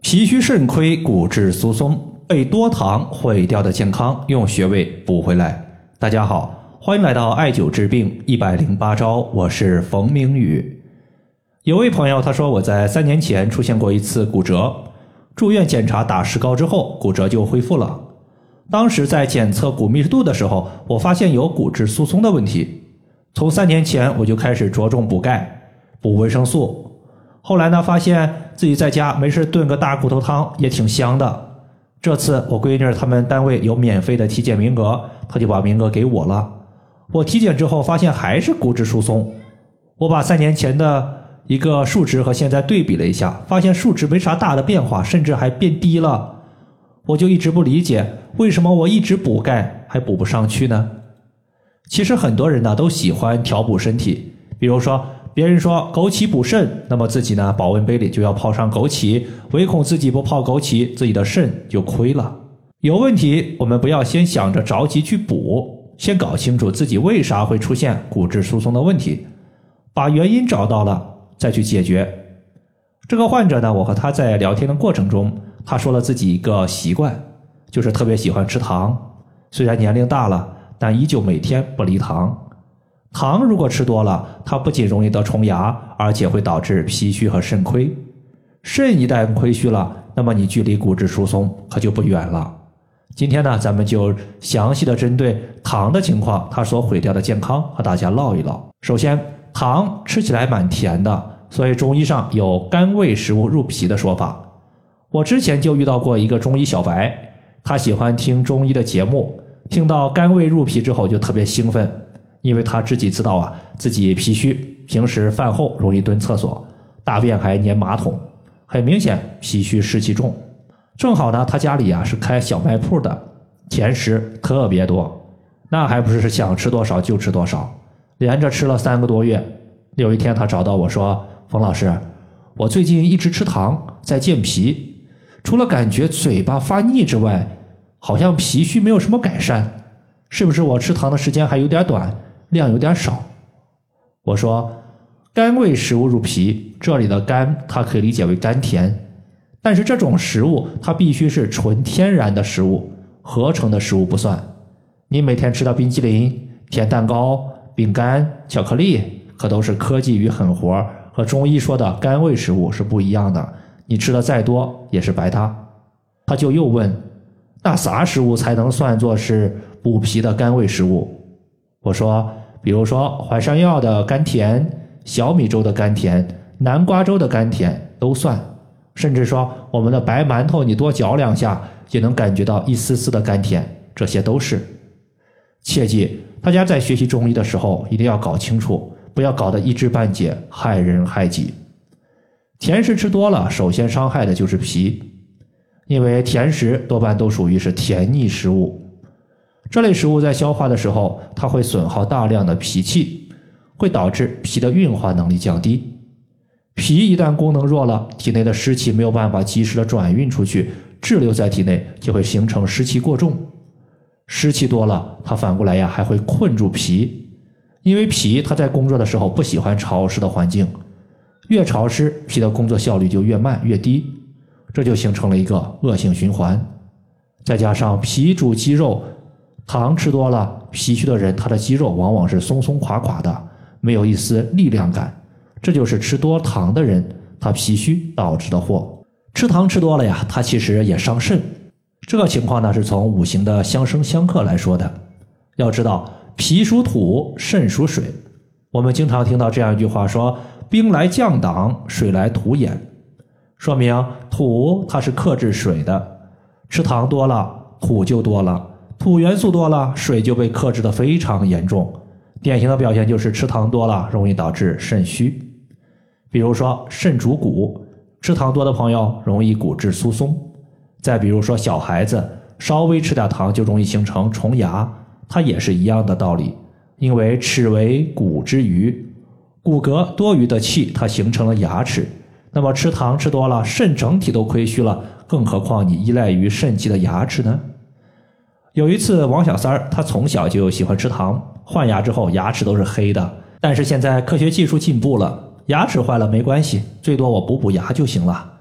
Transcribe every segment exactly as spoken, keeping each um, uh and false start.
脾虚肾亏，骨质疏松，被多糖毁掉的健康，用穴位补回来。大家好，欢迎来到艾灸治病一百零八招，我是冯明宇。有位朋友他说，我在三年前出现过一次骨折，住院检查打石膏之后，骨折就恢复了。当时在检测骨密度的时候，我发现有骨质疏松的问题。从三年前我就开始着重补钙、补维生素。后来呢，发现自己在家没事炖个大骨头汤也挺香的。这次我闺女他们单位有免费的体检名额，她就把名额给我了。我体检之后发现还是骨质疏松。我把三年前的一个数值和现在对比了一下，发现数值没啥大的变化，甚至还变低了。我就一直不理解，为什么我一直补钙还补不上去呢？其实很多人呢都喜欢调补身体，比如说别人说枸杞补肾，那么自己呢保温杯里就要泡上枸杞，唯恐自己不泡枸杞，自己的肾就亏了。有问题我们不要先想着着急去补，先搞清楚自己为啥会出现骨质疏松的问题，把原因找到了再去解决。这个患者呢，我和他在聊天的过程中，他说了自己一个习惯，就是特别喜欢吃糖，虽然年龄大了，但依旧每天不离糖。糖如果吃多了，它不仅容易得虫牙，而且会导致脾虚和肾亏。肾一旦亏虚了，那么你距离骨质疏松可就不远了。今天呢，咱们就详细的针对糖的情况，它所毁掉的健康和大家唠一唠。首先，糖吃起来蛮甜的，所以中医上有甘味食物入脾的说法。我之前就遇到过一个中医小白，他喜欢听中医的节目，听到甘味入脾之后就特别兴奋，因为他自己知道啊，自己脾虚，平时饭后容易蹲厕所，大便还粘马桶，很明显脾虚湿气重。正好呢，他家里啊是开小卖铺的，甜食特别多，那还不是想吃多少就吃多少，连着吃了三个多月。有一天他找到我说，冯老师，我最近一直吃糖，在健脾，除了感觉嘴巴发腻之外，好像脾虚没有什么改善，是不是我吃糖的时间还有点短，量有点少？我说，甘味食物入脾，这里的甘它可以理解为甘甜，但是这种食物它必须是纯天然的食物，合成的食物不算。你每天吃的冰激凌、甜蛋糕、饼干、巧克力，可都是科技与狠活，和中医说的甘味食物是不一样的，你吃的再多也是白搭。他就又问，那啥食物才能算作是补脾的甘味食物？我说，比如说淮山药的甘甜，小米粥的甘甜，南瓜粥的甘甜都算，甚至说我们的白馒头你多嚼两下也能感觉到一丝丝的甘甜，这些都是。切记，大家在学习中医的时候一定要搞清楚，不要搞得一知半解，害人害己。甜食吃多了，首先伤害的就是脾，因为甜食多半都属于是甜腻食物，这类食物在消化的时候，它会损耗大量的脾气，会导致脾的运化能力降低。脾一旦功能弱了，体内的湿气没有办法及时的转运出去，滞留在体内，就会形成湿气过重。湿气多了，它反过来呀还会困住脾，因为脾它在工作的时候不喜欢潮湿的环境，越潮湿，脾的工作效率就越慢越低，这就形成了一个恶性循环。再加上脾主肌肉，糖吃多了，脾虚的人他的肌肉往往是松松垮垮的，没有一丝力量感，这就是吃多糖的人他脾虚导致的祸。吃糖吃多了呀，它其实也伤肾。这个情况呢是从五行的相生相克来说的。要知道脾属土，肾属水，我们经常听到这样一句话说，兵来将挡，水来土掩，说明土它是克制水的，吃糖多了，土就多了，土元素多了，水就被克制的非常严重。典型的表现就是吃糖多了容易导致肾虚。比如说肾主骨，吃糖多的朋友容易骨质疏松。再比如说小孩子稍微吃点糖就容易形成虫牙，它也是一样的道理。因为齿为骨之余，骨骼多余的气它形成了牙齿，那么吃糖吃多了，肾整体都亏虚了，更何况你依赖于肾气的牙齿呢？有一次王小三儿他从小就喜欢吃糖，换牙之后牙齿都是黑的，但是现在科学技术进步了，牙齿坏了没关系，最多我补补牙就行了。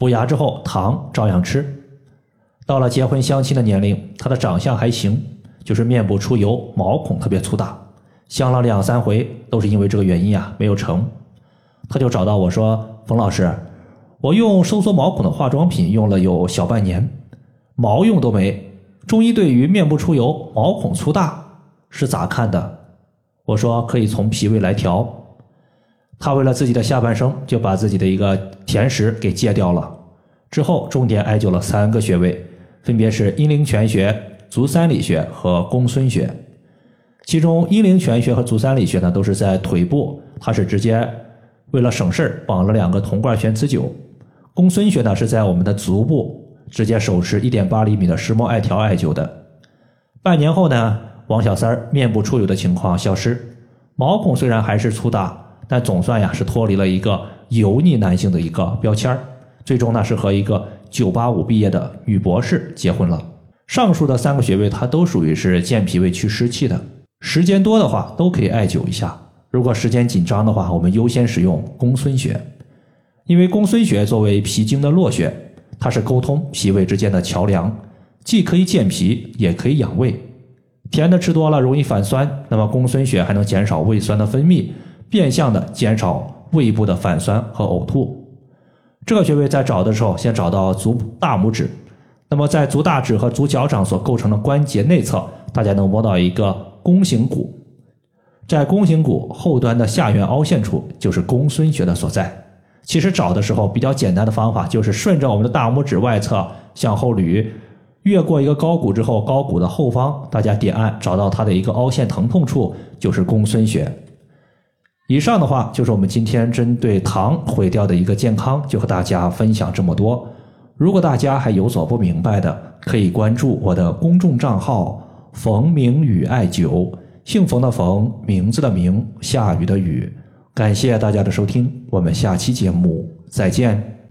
补牙之后糖照样吃。到了结婚相亲的年龄，他的长相还行，就是面部出油，毛孔特别粗大，相了两三回都是因为这个原因啊没有成。他就找到我说，冯老师，我用收缩毛孔的化妆品用了有小半年，毛用都没，中医对于面部出油、毛孔粗大是咋看的？我说可以从脾胃来调。他为了自己的下半生，就把自己的一个甜食给戒掉了，之后重点艾灸了三个穴位，分别是阴陵泉穴、足三里穴和公孙穴。其中阴陵泉穴和足三里穴呢，都是在腿部，它是直接为了省事绑了两个铜罐悬磁灸。公孙穴呢是在我们的足部，直接手持 一点八厘米的石墨艾条艾灸的。半年后呢，王小三面部出油的情况消失，毛孔虽然还是粗大，但总算呀是脱离了一个油腻男性的一个标签，最终呢是和一个九八五毕业的女博士结婚了。上述的三个穴位它都属于是健脾胃祛湿气的，时间多的话都可以艾灸一下，如果时间紧张的话，我们优先使用公孙穴。因为公孙穴作为脾经的络穴，它是沟通脾胃之间的桥梁，既可以健脾也可以养胃。甜的吃多了容易反酸，那么公孙穴还能减少胃酸的分泌，变相的减少胃部的反酸和呕吐。这个穴位在找的时候，先找到足大拇指，那么在足大指和足脚掌所构成的关节内侧，大家能摸到一个弓形骨，在弓形骨后端的下缘凹陷处就是公孙穴的所在。其实找的时候比较简单的方法就是顺着我们的大拇指外侧向后捋，越过一个高骨之后，高骨的后方大家点按找到它的一个凹陷疼痛处就是公孙穴。以上的话就是我们今天针对糖毁掉的一个健康，就和大家分享这么多。如果大家还有所不明白的，可以关注我的公众账号冯明宇艾灸，姓冯的冯，名字的名，下雨的雨。感谢大家的收听，我们下期节目再见。